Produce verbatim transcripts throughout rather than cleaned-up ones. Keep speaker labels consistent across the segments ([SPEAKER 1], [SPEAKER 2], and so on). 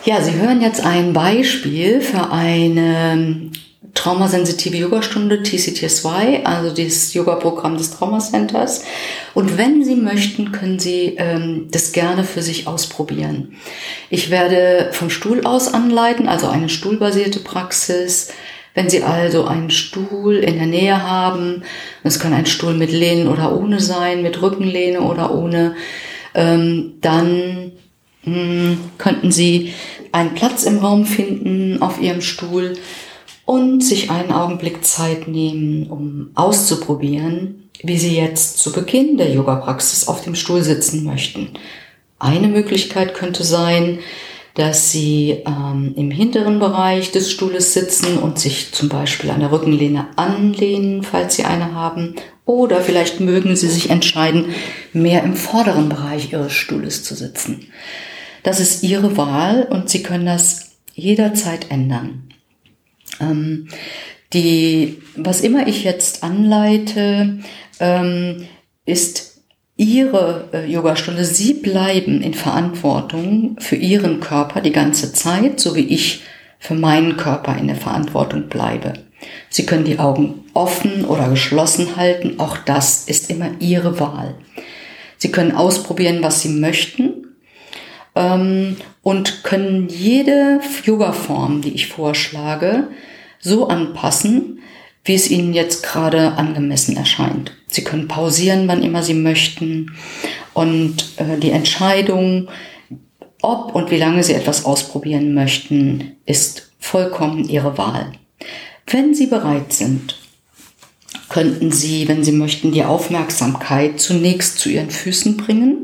[SPEAKER 1] Ja, Sie hören jetzt ein Beispiel für eine traumasensitive Yogastunde T C T S Y, also das Yoga-Programm des Traumacenters. Und wenn Sie möchten, können Sie ähm, das gerne für sich ausprobieren. Ich werde vom Stuhl aus anleiten, also eine stuhlbasierte Praxis. Wenn Sie also einen Stuhl in der Nähe haben, es kann ein Stuhl mit Lehnen oder ohne sein, mit Rückenlehne oder ohne, ähm, dann mh, könnten Sie einen Platz im Raum finden auf Ihrem Stuhl und sich einen Augenblick Zeit nehmen, um auszuprobieren, wie Sie jetzt zu Beginn der Yoga-Praxis auf dem Stuhl sitzen möchten. Eine Möglichkeit könnte sein, dass Sie ähm, im hinteren Bereich des Stuhles sitzen und sich zum Beispiel an der Rückenlehne anlehnen, falls Sie eine haben. Oder vielleicht mögen Sie sich entscheiden, mehr im vorderen Bereich Ihres Stuhles zu sitzen. Das ist Ihre Wahl und Sie können das jederzeit ändern. Ähm, die, was immer ich jetzt anleite, ähm, ist Ihre äh, Yogastunde. Sie bleiben in Verantwortung für Ihren Körper die ganze Zeit, so wie ich für meinen Körper in der Verantwortung bleibe. Sie können die Augen offen oder geschlossen halten. Auch das ist immer Ihre Wahl. Sie können ausprobieren, was Sie möchten, ähm, und können jede Yoga-Form, die ich vorschlage, so anpassen, wie es Ihnen jetzt gerade angemessen erscheint. Sie können pausieren, wann immer Sie möchten, und äh, die Entscheidung, ob und wie lange Sie etwas ausprobieren möchten, ist vollkommen Ihre Wahl. Wenn Sie bereit sind, könnten Sie, wenn Sie möchten, die Aufmerksamkeit zunächst zu Ihren Füßen bringen.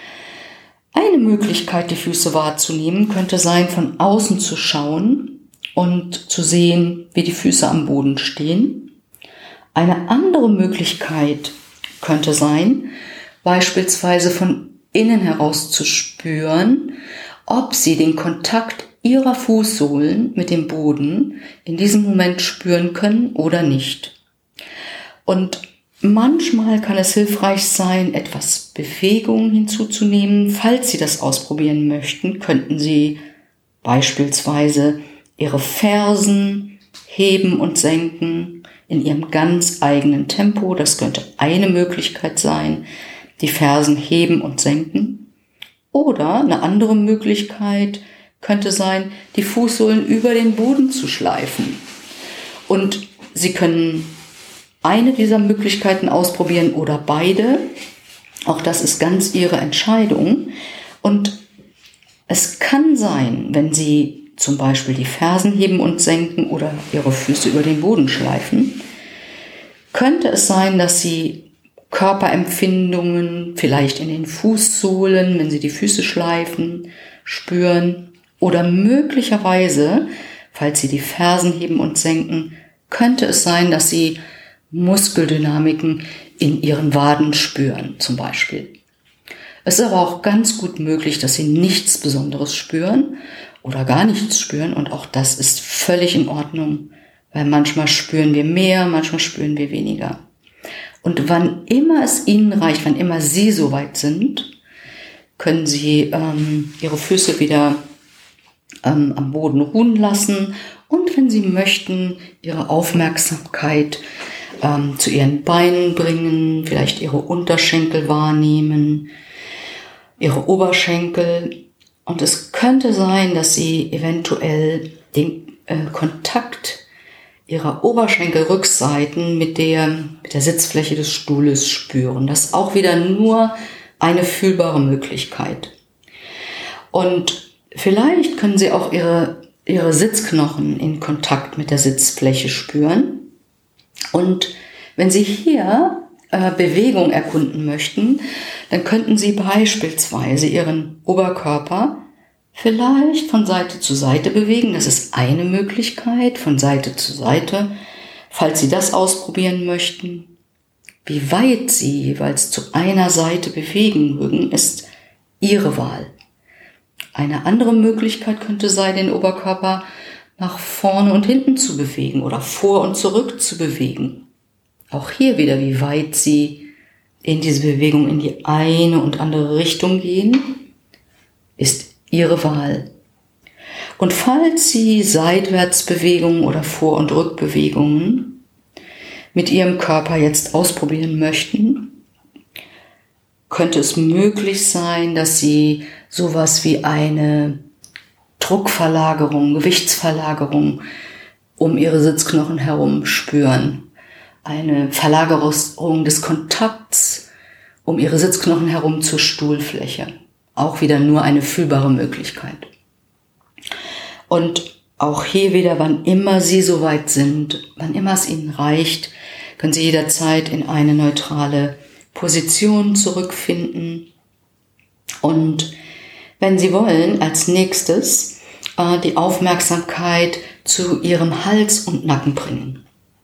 [SPEAKER 1] Eine Möglichkeit, die Füße wahrzunehmen, könnte sein, von außen zu schauen und zu sehen, wie die Füße am Boden stehen. Eine andere Möglichkeit könnte sein, beispielsweise von innen heraus zu spüren, ob Sie den Kontakt Ihrer Fußsohlen mit dem Boden in diesem Moment spüren können oder nicht. Und manchmal kann es hilfreich sein, etwas Bewegung hinzuzunehmen. Falls Sie das ausprobieren möchten, könnten Sie beispielsweise Ihre Fersen heben und senken in Ihrem ganz eigenen Tempo. Das könnte eine Möglichkeit sein, die Fersen heben und senken. Oder eine andere Möglichkeit könnte sein, die Fußsohlen über den Boden zu schleifen. Und Sie können eine dieser Möglichkeiten ausprobieren oder beide. Auch das ist ganz Ihre Entscheidung. Und es kann sein, wenn Sie zum Beispiel die Fersen heben und senken oder Ihre Füße über den Boden schleifen, könnte es sein, dass Sie Körperempfindungen vielleicht in den Fußsohlen, wenn Sie die Füße schleifen, spüren, oder möglicherweise, falls Sie die Fersen heben und senken, könnte es sein, dass Sie Muskeldynamiken in Ihren Waden spüren, zum Beispiel. Es ist aber auch ganz gut möglich, dass Sie nichts Besonderes spüren oder gar nichts spüren, und auch das ist völlig in Ordnung, weil manchmal spüren wir mehr, manchmal spüren wir weniger. Und wann immer es Ihnen reicht, wann immer Sie soweit sind, können Sie ähm, Ihre Füße wieder ähm, am Boden ruhen lassen und, wenn Sie möchten, Ihre Aufmerksamkeit ähm, zu Ihren Beinen bringen, vielleicht Ihre Unterschenkel wahrnehmen, Ihre Oberschenkel. Und es könnte sein, dass Sie eventuell den äh, Kontakt Ihrer Oberschenkelrückseiten mit der, mit der Sitzfläche des Stuhles spüren. Das ist auch wieder nur eine fühlbare Möglichkeit. Und vielleicht können Sie auch Ihre, Ihre Sitzknochen in Kontakt mit der Sitzfläche spüren. Und wenn Sie hier äh, Bewegung erkunden möchten, dann könnten Sie beispielsweise Ihren Oberkörper vielleicht von Seite zu Seite bewegen. Das ist eine Möglichkeit, von Seite zu Seite. Falls Sie das ausprobieren möchten, wie weit Sie jeweils zu einer Seite bewegen mögen, ist Ihre Wahl. Eine andere Möglichkeit könnte sein, den Oberkörper nach vorne und hinten zu bewegen oder vor und zurück zu bewegen. Auch hier wieder, wie weit Sie in diese Bewegung in die eine und andere Richtung gehen, ist Ihre Wahl. Und falls Sie Seitwärtsbewegungen oder Vor- und Rückbewegungen mit Ihrem Körper jetzt ausprobieren möchten, könnte es möglich sein, dass Sie sowas wie eine Druckverlagerung, Gewichtsverlagerung um Ihre Sitzknochen herum spüren. Eine Verlagerung des Kontakts um Ihre Sitzknochen herum zur Stuhlfläche. Auch wieder nur eine fühlbare Möglichkeit. Und auch hier wieder, wann immer Sie soweit sind, wann immer es Ihnen reicht, können Sie jederzeit in eine neutrale Position zurückfinden. Und wenn Sie wollen, als nächstes äh, die Aufmerksamkeit zu Ihrem Hals und Nacken bringen.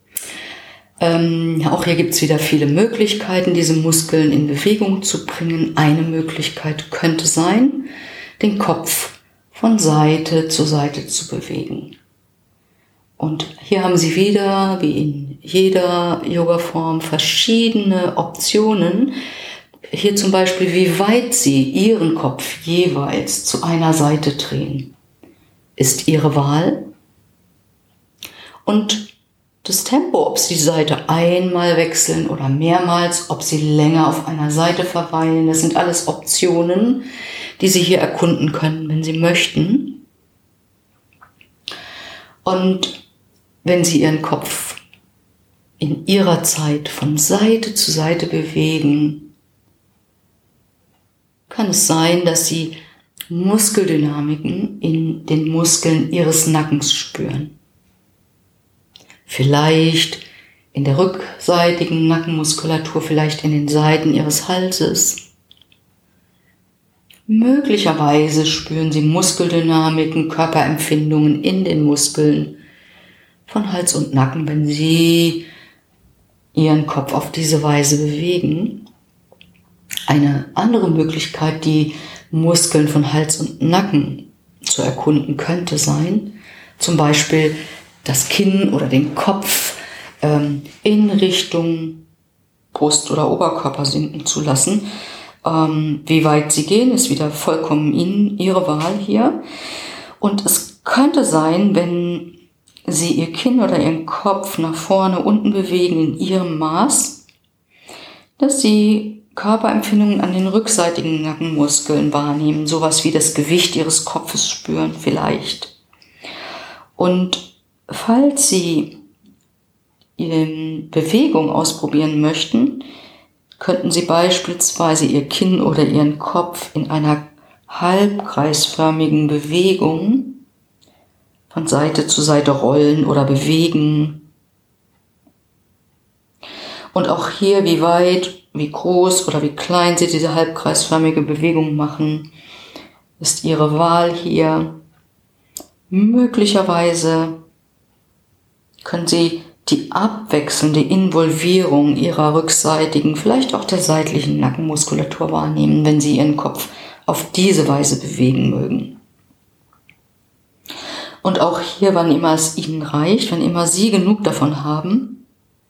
[SPEAKER 1] Ähm, auch hier gibt es wieder viele Möglichkeiten, diese Muskeln in Bewegung zu bringen. Eine Möglichkeit könnte sein, den Kopf von Seite zu Seite zu bewegen. Und hier haben Sie wieder, wie in jeder Yoga-Form, verschiedene Optionen. Hier zum Beispiel, wie weit Sie Ihren Kopf jeweils zu einer Seite drehen, ist Ihre Wahl. Und das Tempo, ob Sie die Seite einmal wechseln oder mehrmals, ob Sie länger auf einer Seite verweilen, das sind alles Optionen, die Sie hier erkunden können, wenn Sie möchten. Und wenn Sie Ihren Kopf in Ihrer Zeit von Seite zu Seite bewegen, kann es sein, dass Sie Muskeldynamiken in den Muskeln Ihres Nackens spüren. Vielleicht in der rückseitigen Nackenmuskulatur, vielleicht in den Seiten Ihres Halses. Möglicherweise spüren Sie Muskeldynamiken, Körperempfindungen in den Muskeln von Hals und Nacken, wenn Sie Ihren Kopf auf diese Weise bewegen. Eine andere Möglichkeit, die Muskeln von Hals und Nacken zu erkunden, könnte sein, zum Beispiel das Kinn oder den Kopf ähm, in Richtung Brust oder Oberkörper sinken zu lassen. Ähm, wie weit Sie gehen, ist wieder vollkommen Ihnen, Ihre Wahl hier. Und es könnte sein, wenn Sie Ihr Kinn oder Ihren Kopf nach vorne, unten bewegen in Ihrem Maß, dass Sie Körperempfindungen an den rückseitigen Nackenmuskeln wahrnehmen, sowas wie das Gewicht Ihres Kopfes spüren vielleicht. Und falls Sie Bewegung ausprobieren möchten, könnten Sie beispielsweise Ihr Kinn oder Ihren Kopf in einer halbkreisförmigen Bewegung von Seite zu Seite rollen oder bewegen. Und auch hier, wie weit, wie groß oder wie klein Sie diese halbkreisförmige Bewegung machen, ist Ihre Wahl hier. Möglicherweise können Sie die abwechselnde Involvierung Ihrer rückseitigen, vielleicht auch der seitlichen Nackenmuskulatur wahrnehmen, wenn Sie Ihren Kopf auf diese Weise bewegen mögen. Und auch hier, wann immer es Ihnen reicht, wann immer Sie genug davon haben,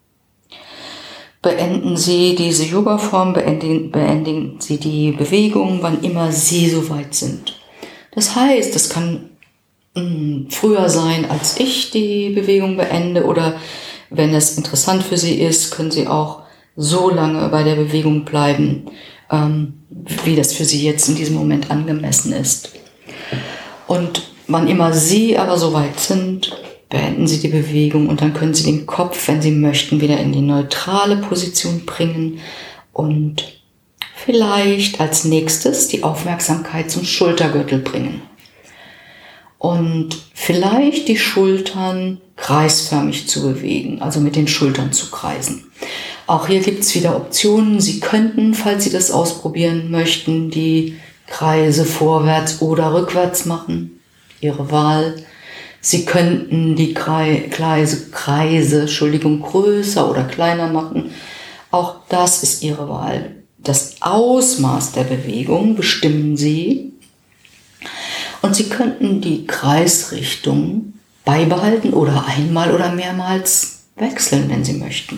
[SPEAKER 1] beenden Sie diese Yoga-Form, beenden, beenden Sie die Bewegung, wann immer Sie soweit sind. Das heißt, es kann mh, früher sein, als ich die Bewegung beende, oder wenn es interessant für Sie ist, können Sie auch so lange bei der Bewegung bleiben, ähm, wie das für Sie jetzt in diesem Moment angemessen ist. Und wann immer Sie aber soweit sind, beenden Sie die Bewegung und dann können Sie den Kopf, wenn Sie möchten, wieder in die neutrale Position bringen und vielleicht als nächstes die Aufmerksamkeit zum Schultergürtel bringen. Und vielleicht die Schultern kreisförmig zu bewegen, also mit den Schultern zu kreisen. Auch hier gibt es wieder Optionen. Sie könnten, falls Sie das ausprobieren möchten, die Kreise vorwärts oder rückwärts machen. Ihre Wahl. Sie könnten die Kreise, Kreise, Entschuldigung, größer oder kleiner machen. Auch das ist Ihre Wahl. Das Ausmaß der Bewegung bestimmen Sie. Und Sie könnten die Kreisrichtung beibehalten oder einmal oder mehrmals wechseln, wenn Sie möchten.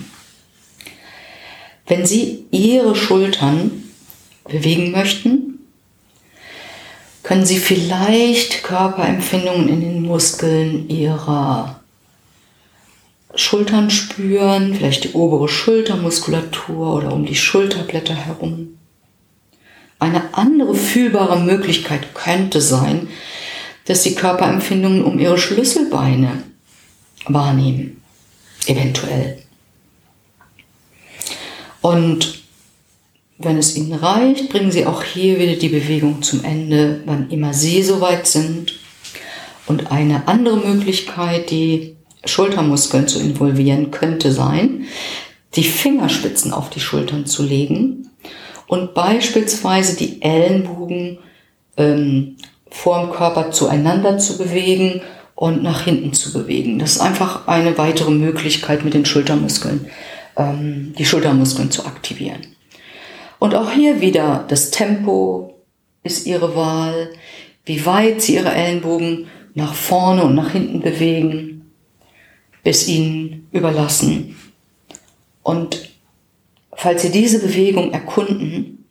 [SPEAKER 1] Wenn Sie Ihre Schultern bewegen möchten, können Sie vielleicht Körperempfindungen in den Muskeln Ihrer Schultern spüren, vielleicht die obere Schultermuskulatur oder um die Schulterblätter herum. Eine andere fühlbare Möglichkeit könnte sein, dass Sie Körperempfindungen um Ihre Schlüsselbeine wahrnehmen, eventuell. Und wenn es Ihnen reicht, bringen Sie auch hier wieder die Bewegung zum Ende, wann immer Sie soweit sind. Und eine andere Möglichkeit, die Schultermuskeln zu involvieren, könnte sein, die Fingerspitzen auf die Schultern zu legen und beispielsweise die Ellenbogen ähm, vorm Körper zueinander zu bewegen und nach hinten zu bewegen. Das ist einfach eine weitere Möglichkeit, mit den Schultermuskeln, ähm, die Schultermuskeln zu aktivieren. Und auch hier wieder das Tempo ist Ihre Wahl, wie weit Sie Ihre Ellenbogen nach vorne und nach hinten bewegen, ist Ihnen überlassen. Und falls Sie diese Bewegung erkunden,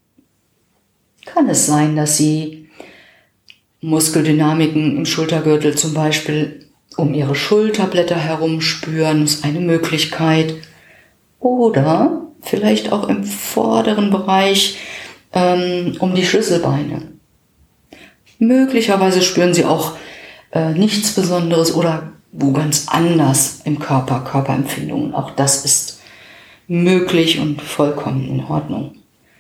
[SPEAKER 1] kann es sein, dass Sie Muskeldynamiken im Schultergürtel zum Beispiel um Ihre Schulterblätter herum spüren, ist eine Möglichkeit. Oder vielleicht auch im vorderen Bereich ähm, um die Schlüsselbeine. Möglicherweise spüren Sie auch äh, nichts Besonderes oder wo ganz anders im Körper, Körperempfindungen. Auch das ist möglich und vollkommen in Ordnung.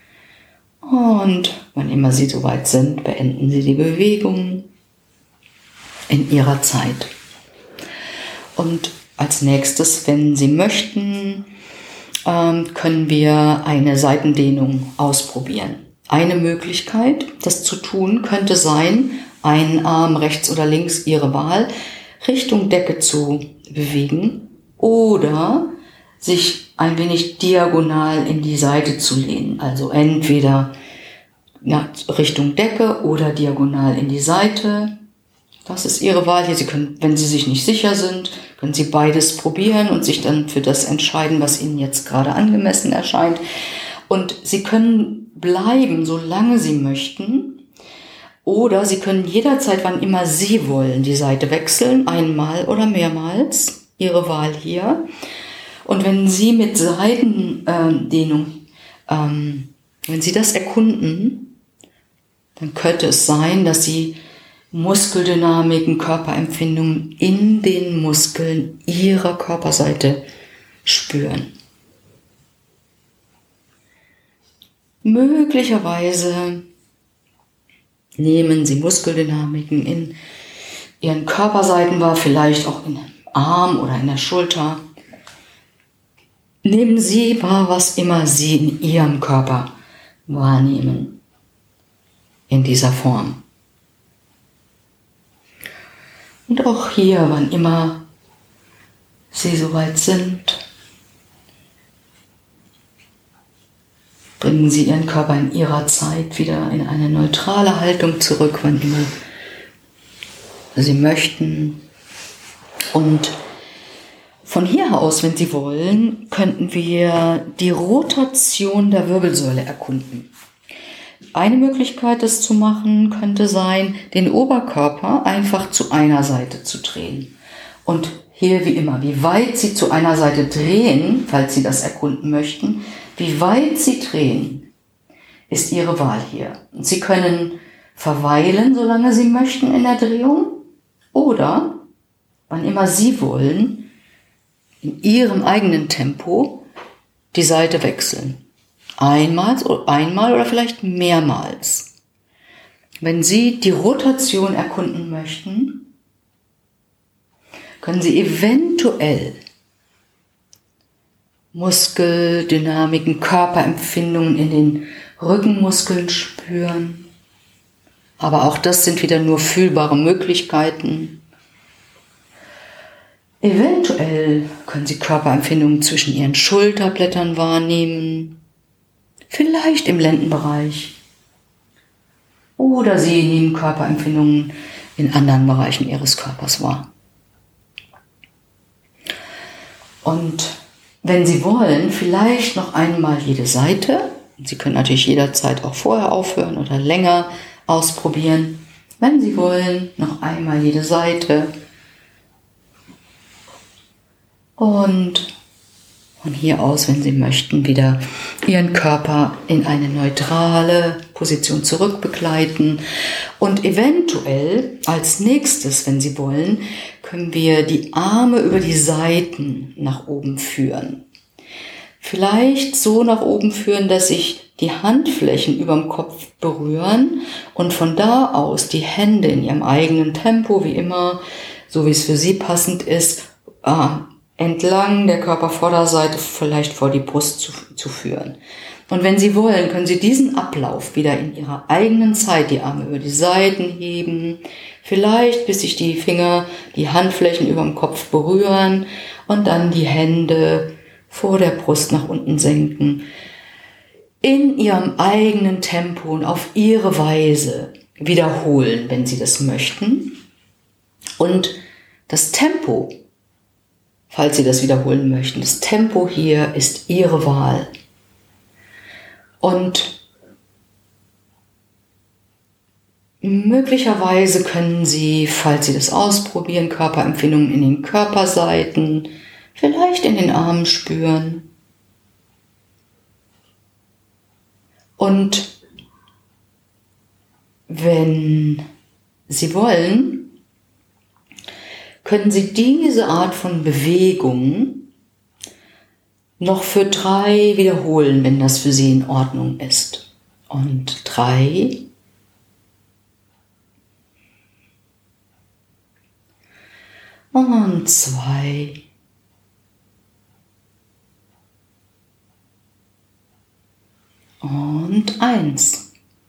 [SPEAKER 1] Und wann immer Sie soweit sind, beenden Sie die Bewegung in Ihrer Zeit. Und als nächstes, wenn Sie möchten, können wir eine Seitendehnung ausprobieren. Eine Möglichkeit, das zu tun, könnte sein, einen Arm rechts oder links, Ihre Wahl, Richtung Decke zu bewegen oder sich ein wenig diagonal in die Seite zu lehnen. Also entweder ja, Richtung Decke oder diagonal in die Seite. Das ist Ihre Wahl hier. Sie können, wenn Sie sich nicht sicher sind, können Sie beides probieren und sich dann für das entscheiden, was Ihnen jetzt gerade angemessen erscheint. Und Sie können bleiben, solange Sie möchten. Oder Sie können jederzeit, wann immer Sie wollen, die Seite wechseln, einmal oder mehrmals. Ihre Wahl hier. Und wenn Sie mit Seitendehnung, ähm, wenn Sie das erkunden, dann könnte es sein, dass Sie Muskeldynamiken, Körperempfindungen in den Muskeln Ihrer Körperseite spüren. Möglicherweise nehmen Sie Muskeldynamiken in Ihren Körperseiten wahr, vielleicht auch in dem Arm oder in der Schulter. Nehmen Sie wahr, was immer Sie in Ihrem Körper wahrnehmen, in dieser Form. Und auch hier, wann immer Sie soweit sind, bringen Sie Ihren Körper in Ihrer Zeit wieder in eine neutrale Haltung zurück, wann immer Sie möchten. Und von hier aus, wenn Sie wollen, könnten wir die Rotation der Wirbelsäule erkunden. Eine Möglichkeit, das zu machen, könnte sein, den Oberkörper einfach zu einer Seite zu drehen. Und hier wie immer, wie weit Sie zu einer Seite drehen, falls Sie das erkunden möchten, wie weit Sie drehen, ist Ihre Wahl hier. Und Sie können verweilen, solange Sie möchten in der Drehung, oder, wann immer Sie wollen, in Ihrem eigenen Tempo die Seite wechseln. Einmal, einmal oder vielleicht mehrmals. Wenn Sie die Rotation erkunden möchten, können Sie eventuell Muskeldynamiken, Körperempfindungen in den Rückenmuskeln spüren. Aber auch das sind wieder nur fühlbare Möglichkeiten. Eventuell können Sie Körperempfindungen zwischen Ihren Schulterblättern wahrnehmen. Vielleicht im Lendenbereich. Oder Sie nehmen Körperempfindungen in anderen Bereichen Ihres Körpers wahr. Und wenn Sie wollen, vielleicht noch einmal jede Seite. Sie können natürlich jederzeit auch vorher aufhören oder länger ausprobieren. Wenn Sie wollen, noch einmal jede Seite. Und von hier aus, wenn Sie möchten, wieder Ihren Körper in eine neutrale Position zurückbegleiten. Und eventuell als nächstes, wenn Sie wollen, können wir die Arme über die Seiten nach oben führen. Vielleicht so nach oben führen, dass sich die Handflächen über dem Kopf berühren und von da aus die Hände in ihrem eigenen Tempo, wie immer, so wie es für Sie passend ist, äh, entlang der Körpervorderseite vielleicht vor die Brust zu, zu führen. Und wenn Sie wollen, können Sie diesen Ablauf wieder in Ihrer eigenen Zeit, die Arme über die Seiten heben, vielleicht bis sich die Finger, die Handflächen über dem Kopf berühren und dann die Hände vor der Brust nach unten senken. In Ihrem eigenen Tempo und auf Ihre Weise wiederholen, wenn Sie das möchten. Und das Tempo, falls Sie das wiederholen möchten, das Tempo hier ist Ihre Wahl. Und möglicherweise können Sie, falls Sie das ausprobieren, Körperempfindungen in den Körperseiten, vielleicht in den Armen spüren. Und wenn Sie wollen, können Sie diese Art von Bewegung noch für drei wiederholen, wenn das für Sie in Ordnung ist. Und drei. Und zwei. Und eins.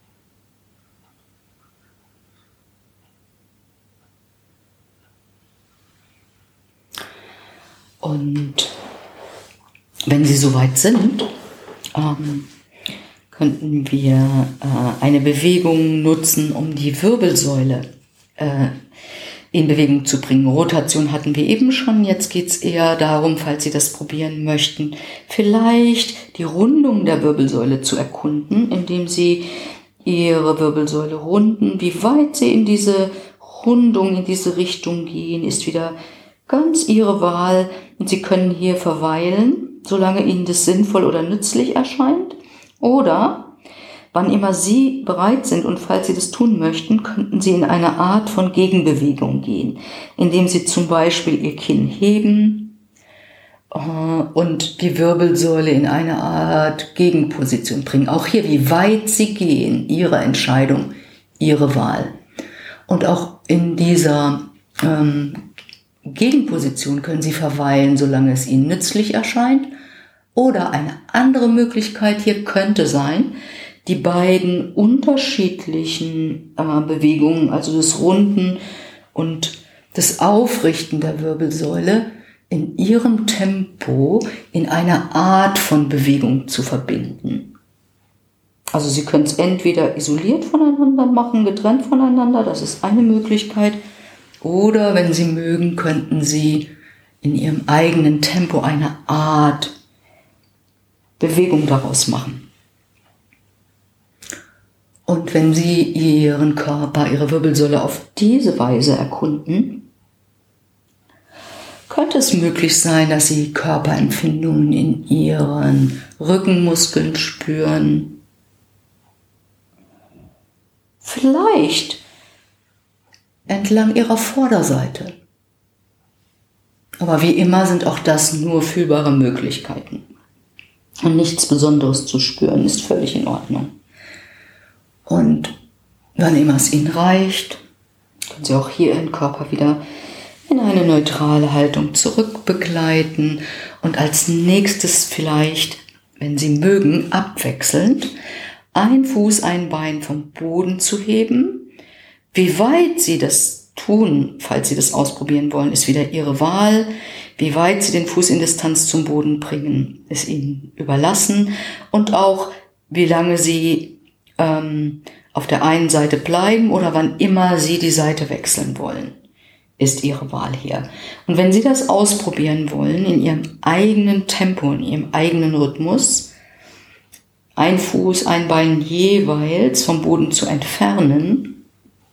[SPEAKER 1] Und wenn Sie soweit sind, ähm, könnten wir äh, eine Bewegung nutzen, um die Wirbelsäule äh, in Bewegung zu bringen. Rotation hatten wir eben schon, jetzt geht es eher darum, falls Sie das probieren möchten, vielleicht die Rundung der Wirbelsäule zu erkunden, indem Sie Ihre Wirbelsäule runden. Wie weit Sie in diese Rundung, in diese Richtung gehen, ist wieder ganz Ihre Wahl und Sie können hier verweilen, solange Ihnen das sinnvoll oder nützlich erscheint. Oder, wann immer Sie bereit sind und falls Sie das tun möchten, könnten Sie in eine Art von Gegenbewegung gehen, indem Sie zum Beispiel Ihr Kinn heben äh, und die Wirbelsäule in eine Art Gegenposition bringen. Auch hier, wie weit Sie gehen, Ihre Entscheidung, Ihre Wahl. Und auch in dieser ähm, Gegenposition können Sie verweilen, solange es Ihnen nützlich erscheint. Oder eine andere Möglichkeit hier könnte sein, die beiden unterschiedlichen äh, Bewegungen, also das Runden und das Aufrichten der Wirbelsäule in ihrem Tempo in einer Art von Bewegung zu verbinden. Also Sie können es entweder isoliert voneinander machen, getrennt voneinander, das ist eine Möglichkeit. Oder wenn Sie mögen, könnten Sie in Ihrem eigenen Tempo eine Art Bewegung daraus machen. Und wenn Sie Ihren Körper, Ihre Wirbelsäule auf diese Weise erkunden, könnte es möglich sein, dass Sie Körperempfindungen in Ihren Rückenmuskeln spüren. Vielleicht entlang Ihrer Vorderseite. Aber wie immer sind auch das nur fühlbare Möglichkeiten. Und nichts Besonderes zu spüren ist völlig in Ordnung. Und wann immer es Ihnen reicht, können Sie auch hier Ihren Körper wieder in eine neutrale Haltung zurückbegleiten und als nächstes vielleicht, wenn Sie mögen, abwechselnd ein Fuß, ein Bein vom Boden zu heben. Wie weit Sie das tun, falls Sie das ausprobieren wollen, ist wieder Ihre Wahl. Wie weit Sie den Fuß in Distanz zum Boden bringen, ist Ihnen überlassen. Und auch, wie lange Sie ähm, auf der einen Seite bleiben oder wann immer Sie die Seite wechseln wollen, ist Ihre Wahl hier. Und wenn Sie das ausprobieren wollen, in Ihrem eigenen Tempo, in Ihrem eigenen Rhythmus, ein Fuß, ein Bein jeweils vom Boden zu entfernen,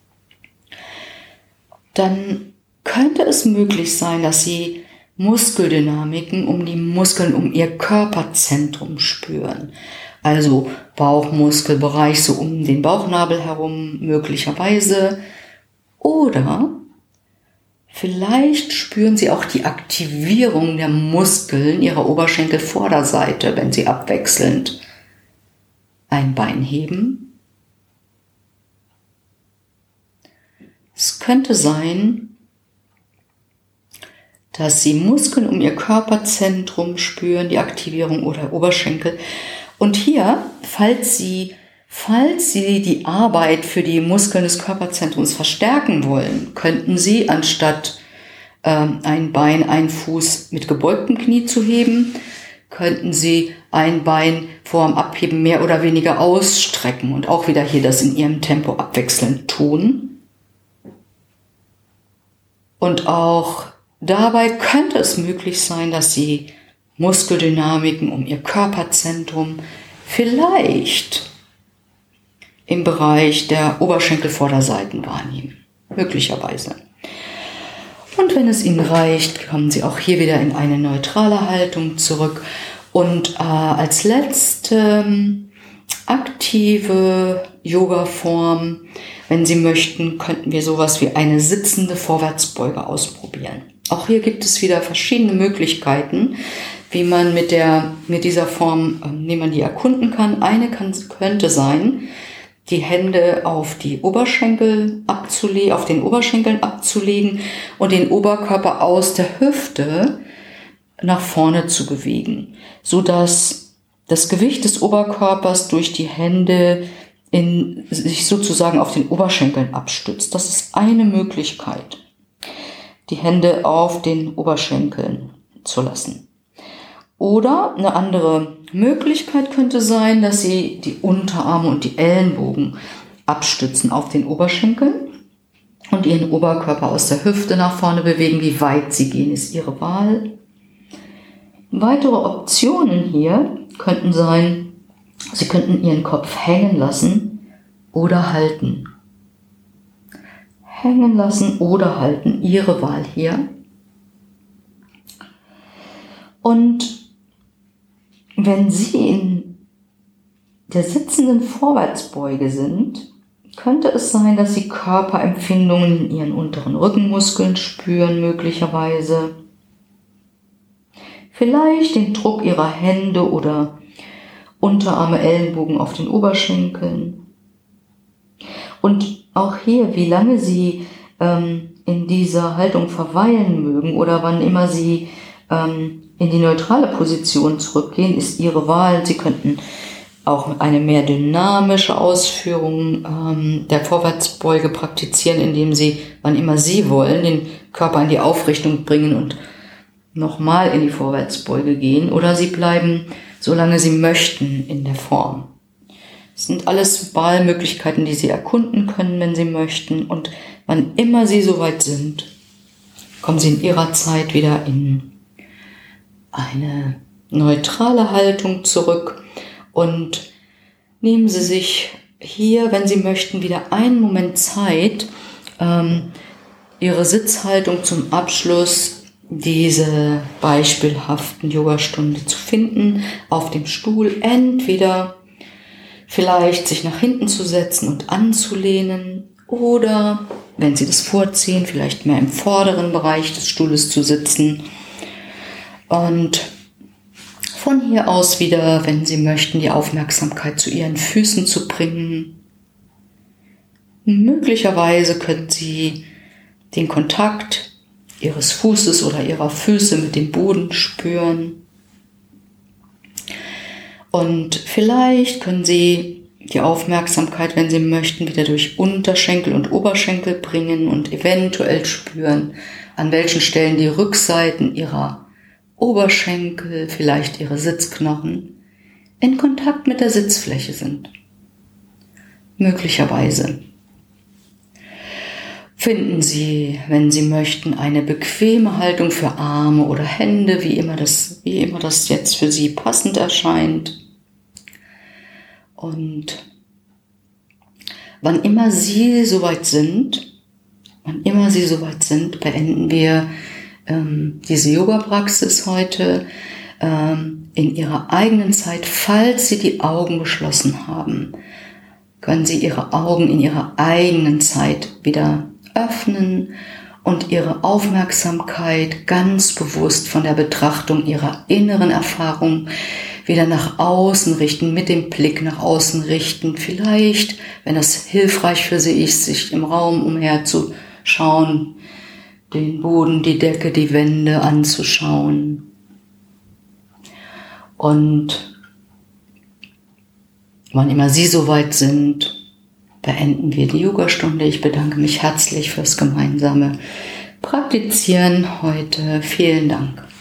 [SPEAKER 1] dann könnte es möglich sein, dass Sie Muskeldynamiken um die Muskeln, um Ihr Körperzentrum spüren. Also Bauchmuskelbereich so um den Bauchnabel herum möglicherweise. Oder vielleicht spüren Sie auch die Aktivierung der Muskeln Ihrer Oberschenkelvorderseite, wenn Sie abwechselnd ein Bein heben. Es könnte sein, dass Sie Muskeln um Ihr Körperzentrum spüren, die Aktivierung oder Oberschenkel. Und hier, falls Sie, falls Sie die Arbeit für die Muskeln des Körperzentrums verstärken wollen, könnten Sie, anstatt ähm, ein Bein, ein Fuß mit gebeugtem Knie zu heben, könnten Sie ein Bein vor dem Abheben mehr oder weniger ausstrecken und auch wieder hier das in Ihrem Tempo abwechselnd tun. Und auch dabei könnte es möglich sein, dass Sie Muskeldynamiken um Ihr Körperzentrum vielleicht im Bereich der Oberschenkelvorderseiten wahrnehmen. Möglicherweise. Und wenn es Ihnen reicht, kommen Sie auch hier wieder in eine neutrale Haltung zurück. Und äh, als letzte aktive Yoga-Form, wenn Sie möchten, könnten wir sowas wie eine sitzende Vorwärtsbeuge ausprobieren. Auch hier gibt es wieder verschiedene Möglichkeiten, wie man mit der mit dieser Form, wie man die erkunden kann. Eine kann, könnte sein, die Hände auf die Oberschenkel abzulegen, auf den Oberschenkeln abzulegen und den Oberkörper aus der Hüfte nach vorne zu bewegen, so dass das Gewicht des Oberkörpers durch die Hände in, sich sozusagen auf den Oberschenkeln abstützt. Das ist eine Möglichkeit, die Hände auf den Oberschenkeln zu lassen. Oder eine andere Möglichkeit könnte sein, dass Sie die Unterarme und die Ellenbogen abstützen auf den Oberschenkeln und Ihren Oberkörper aus der Hüfte nach vorne bewegen. Wie weit Sie gehen, ist Ihre Wahl. Weitere Optionen hier könnten sein, Sie könnten Ihren Kopf hängen lassen oder halten. Hängen lassen oder halten, Ihre Wahl hier. Und wenn Sie in der sitzenden Vorwärtsbeuge sind, könnte es sein, dass Sie Körperempfindungen in Ihren unteren Rückenmuskeln spüren, möglicherweise. Vielleicht den Druck Ihrer Hände oder Unterarme, Ellenbogen auf den Oberschenkeln. Und auch hier, wie lange Sie ähm, in dieser Haltung verweilen mögen oder wann immer Sie ähm, in die neutrale Position zurückgehen, ist Ihre Wahl. Sie könnten auch eine mehr dynamische Ausführung ähm, der Vorwärtsbeuge praktizieren, indem Sie, wann immer Sie wollen, den Körper in die Aufrichtung bringen und nochmal in die Vorwärtsbeuge gehen. Oder Sie bleiben, solange Sie möchten, in der Form. Das sind alles Wahlmöglichkeiten, die Sie erkunden können, wenn Sie möchten. Und wann immer Sie soweit sind, kommen Sie in Ihrer Zeit wieder in eine neutrale Haltung zurück und nehmen Sie sich hier, wenn Sie möchten, wieder einen Moment Zeit, ähm, Ihre Sitzhaltung zum Abschluss diese beispielhaften Yogastunde zu finden, auf dem Stuhl, entweder vielleicht sich nach hinten zu setzen und anzulehnen oder, wenn Sie das vorziehen, vielleicht mehr im vorderen Bereich des Stuhles zu sitzen. Und von hier aus wieder, wenn Sie möchten, die Aufmerksamkeit zu Ihren Füßen zu bringen. Möglicherweise können Sie den Kontakt Ihres Fußes oder Ihrer Füße mit dem Boden spüren. Und vielleicht können Sie die Aufmerksamkeit, wenn Sie möchten, wieder durch Unterschenkel und Oberschenkel bringen und eventuell spüren, an welchen Stellen die Rückseiten Ihrer Oberschenkel, vielleicht Ihre Sitzknochen, in Kontakt mit der Sitzfläche sind. Möglicherweise finden Sie, wenn Sie möchten, eine bequeme Haltung für Arme oder Hände, wie immer das, wie immer das jetzt für Sie passend erscheint. Und wann immer Sie soweit sind, wann immer Sie soweit sind, beenden wir ähm, diese Yoga-Praxis heute ähm, in Ihrer eigenen Zeit. Falls Sie die Augen geschlossen haben, können Sie Ihre Augen in Ihrer eigenen Zeit wieder öffnen und Ihre Aufmerksamkeit ganz bewusst von der Betrachtung Ihrer inneren Erfahrung wieder nach außen richten, mit dem Blick nach außen richten. Vielleicht, wenn das hilfreich für Sie ist, sich im Raum umherzuschauen, den Boden, die Decke, die Wände anzuschauen. Und wann immer Sie soweit sind, beenden wir die Yogastunde. Ich bedanke mich herzlich fürs gemeinsame Praktizieren heute. Vielen Dank.